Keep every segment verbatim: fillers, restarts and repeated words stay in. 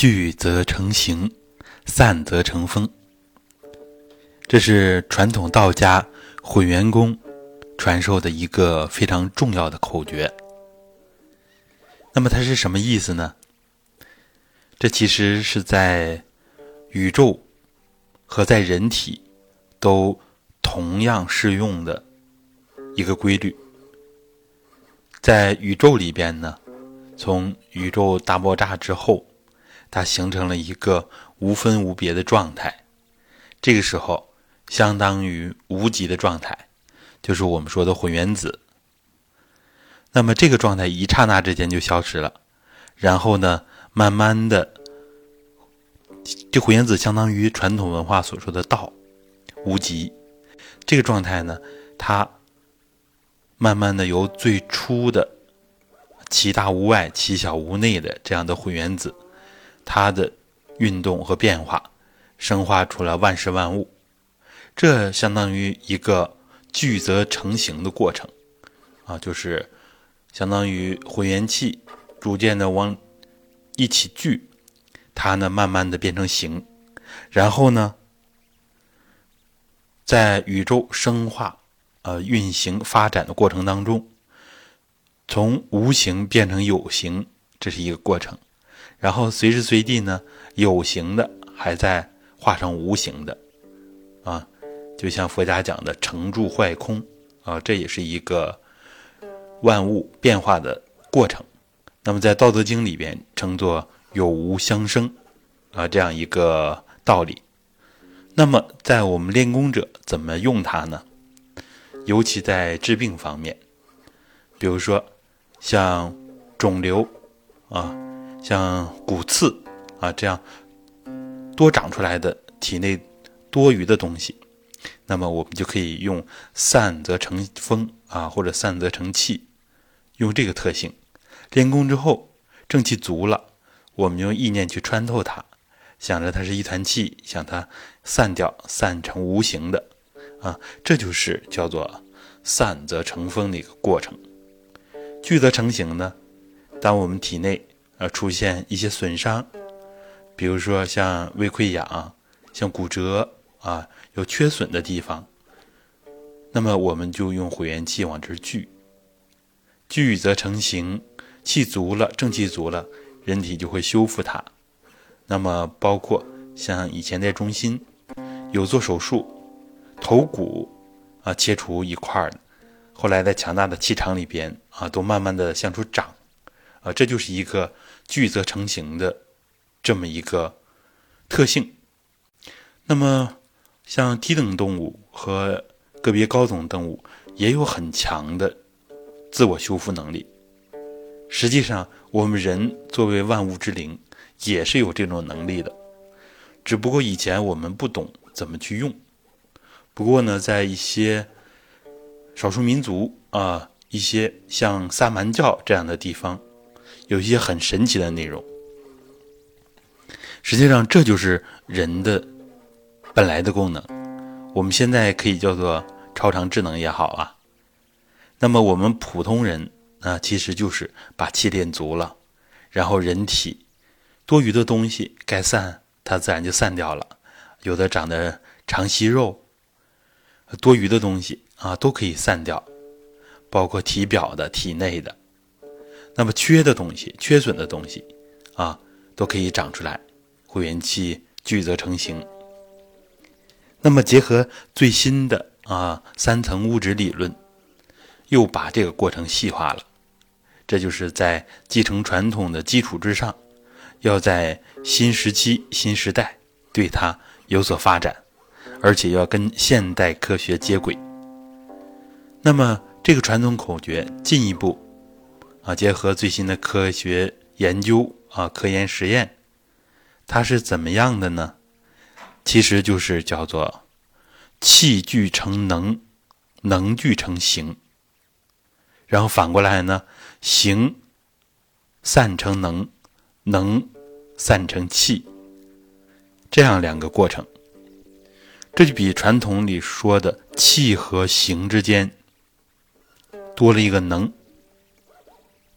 聚则成形，散则成风。这是传统道家混元功传授的一个非常重要的口诀。那么它是什么意思呢？这其实是在宇宙和在人体都同样适用的一个规律。在宇宙里边呢，从宇宙大爆炸之后，它形成了一个无分无别的状态，这个时候相当于无极的状态，就是我们说的混元子。那么这个状态一刹那之间就消失了，然后呢慢慢的，这混元子相当于传统文化所说的道，无极。这个状态呢，它慢慢的由最初的其大无外其小无内的这样的混元子，它的运动和变化生化出了万事万物，这相当于一个聚则成形的过程啊，就是相当于混元气逐渐的往一起聚，它呢慢慢的变成形，然后呢在宇宙生化呃运行发展的过程当中，从无形变成有形，这是一个过程。然后随时随地呢，有形的还在化成无形的啊，就像佛家讲的成住坏空啊，这也是一个万物变化的过程。那么在道德经里边称作有无相生啊，这样一个道理。那么在我们练功者怎么用它呢？尤其在治病方面，比如说像肿瘤啊，像骨刺啊，这样多长出来的体内多余的东西，那么我们就可以用散则成风啊，或者散则成气，用这个特性。练功之后正气足了，我们用意念去穿透它，想着它是一团气，想它散掉，散成无形的啊，这就是叫做散则成风的一个过程。聚则成形呢，当我们体内呃出现一些损伤，比如说像胃溃疡，像骨折啊，有缺损的地方，那么我们就用混元气往这儿聚，聚则成形，气足了，正气足了，人体就会修复它。那么包括像以前在中心有做手术，头骨啊切除一块的，后来在强大的气场里边啊，都慢慢的向出长啊，这就是一个聚则成形的这么一个特性。那么像低等动物和个别高等动物也有很强的自我修复能力。实际上我们人作为万物之灵也是有这种能力的，只不过以前我们不懂怎么去用。不过呢，在一些少数民族啊，一些像萨满教这样的地方，有一些很神奇的内容。实际上这就是人的本来的功能，我们现在可以叫做超常智能也好啊。那么我们普通人啊，其实就是把气练足了，然后人体多余的东西该散它自然就散掉了，有的长的长息肉，多余的东西啊都可以散掉，包括体表的体内的，那么缺的东西缺损的东西啊都可以长出来，混元气聚则成形。那么结合最新的啊三层物质理论，又把这个过程细化了。这就是在继承传统的基础之上，要在新时期新时代对它有所发展，而且要跟现代科学接轨。那么这个传统口诀进一步啊结合最新的科学研究啊科研实验，它是怎么样的呢？其实就是叫做气聚成能，能聚成形，然后反过来呢，形散成能，能散成气，这样两个过程。这就比传统里说的气和形之间多了一个能。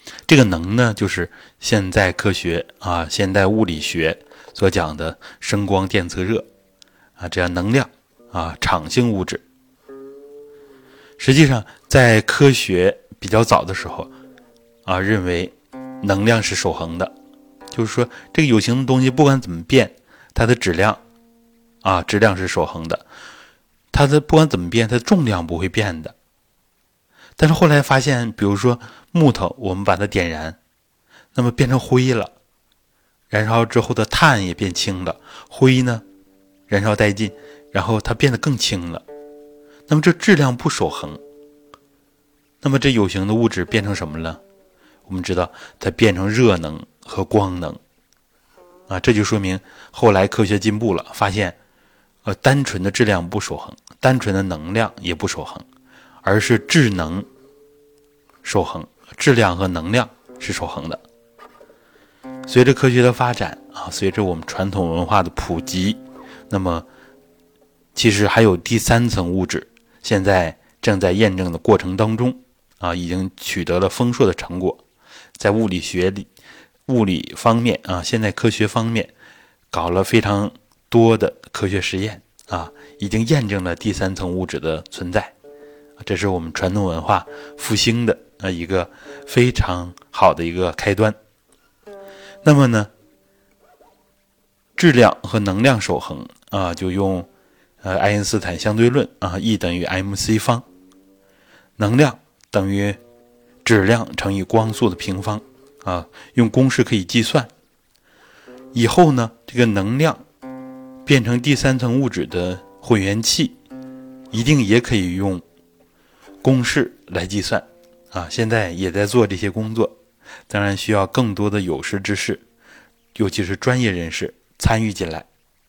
这个能呢，就是现代科学啊、现代物理学所讲的声光电测热啊，这样能量啊，场性物质。实际上，在科学比较早的时候啊，认为能量是守恒的，就是说这个有形的东西不管怎么变，它的质量啊，质量是守恒的，它的不管怎么变，它的重量不会变的。但是后来发现，比如说木头，我们把它点燃，那么变成灰了，燃烧之后的碳也变轻了，灰呢，燃烧殆尽，然后它变得更轻了。那么这质量不守恒，那么这有形的物质变成什么了？我们知道它变成热能和光能啊，这就说明后来科学进步了，发现呃，单纯的质量不守恒，单纯的能量也不守恒，而是质能守恒，质量和能量是守恒的。随着科学的发展啊，随着我们传统文化的普及，那么其实还有第三层物质，现在正在验证的过程当中啊，已经取得了丰硕的成果。在物理学里、物理方面啊，现代科学方面搞了非常多的科学实验啊，已经验证了第三层物质的存在。这是我们传统文化复兴的啊一个非常好的一个开端。那么呢，质量和能量守恒啊，就用呃爱因斯坦相对论啊 ，E 等于 mc 方，能量等于质量乘以光速的平方啊，用公式可以计算。以后呢，这个能量变成第三层物质的混元气，一定也可以用公式来计算啊。现在也在做这些工作，当然需要更多的有识之士，尤其是专业人士参与进来。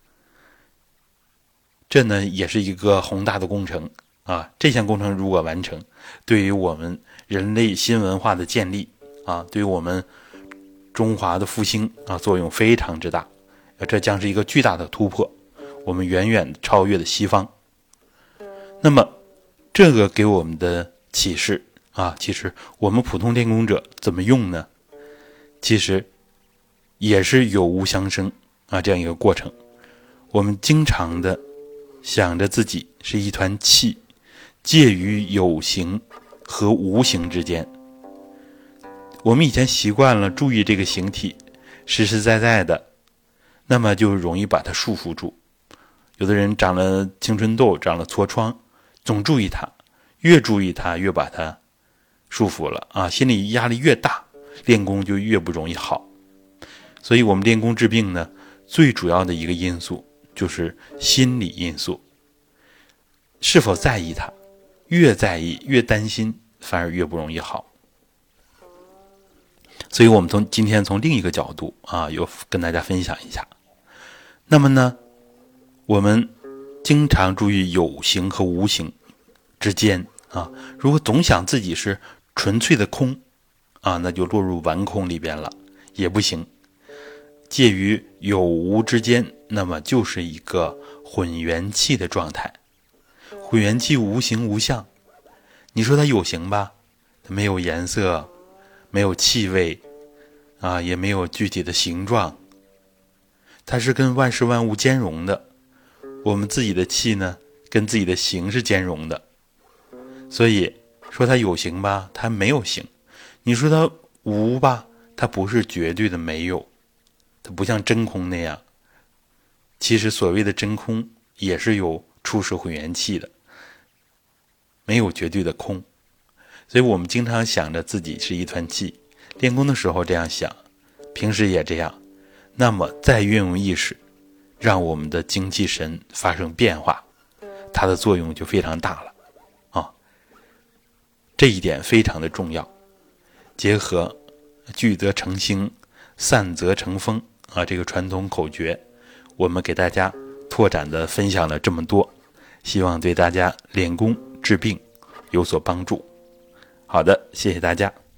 这呢也是一个宏大的工程啊！这项工程如果完成，对于我们人类新文化的建立啊，对于我们中华的复兴啊，作用非常之大。这将是一个巨大的突破，我们远远超越了西方。那么，这个给我们的启示啊，其实我们普通练功者怎么用呢？其实也是有无相生啊，这样一个过程。我们经常的想着自己是一团气，介于有形和无形之间。我们以前习惯了注意这个形体，实实在在的，那么就容易把它束缚住。有的人长了青春痘，长了痤疮，总注意它，越注意它越把它束缚了啊，心理压力越大，练功就越不容易好。所以我们练功治病呢，最主要的一个因素就是心理因素，是否在意它，越在意越担心，反而越不容易好。所以我们从今天从另一个角度啊，又跟大家分享一下。那么呢，我们经常注意有形和无形之间啊，如果总想自己是纯粹的空啊，那就落入顽空里边了，也不行。介于有无之间，那么就是一个混元气的状态。混元气无形无相，你说它有形吧，它没有颜色，没有气味啊，也没有具体的形状，它是跟万事万物兼容的。我们自己的气呢，跟自己的形是兼容的，所以说它有形吧，它没有形；你说它无吧，它不是绝对的没有，它不像真空那样。其实所谓的真空也是有初始混元气的，没有绝对的空。所以我们经常想着自己是一团气，练功的时候这样想，平时也这样，那么再运用意识，让我们的精气神发生变化，它的作用就非常大了啊！这一点非常的重要。结合聚则成星，散则成风啊，这个传统口诀，我们给大家拓展的分享了这么多，希望对大家练功治病有所帮助。好的，谢谢大家。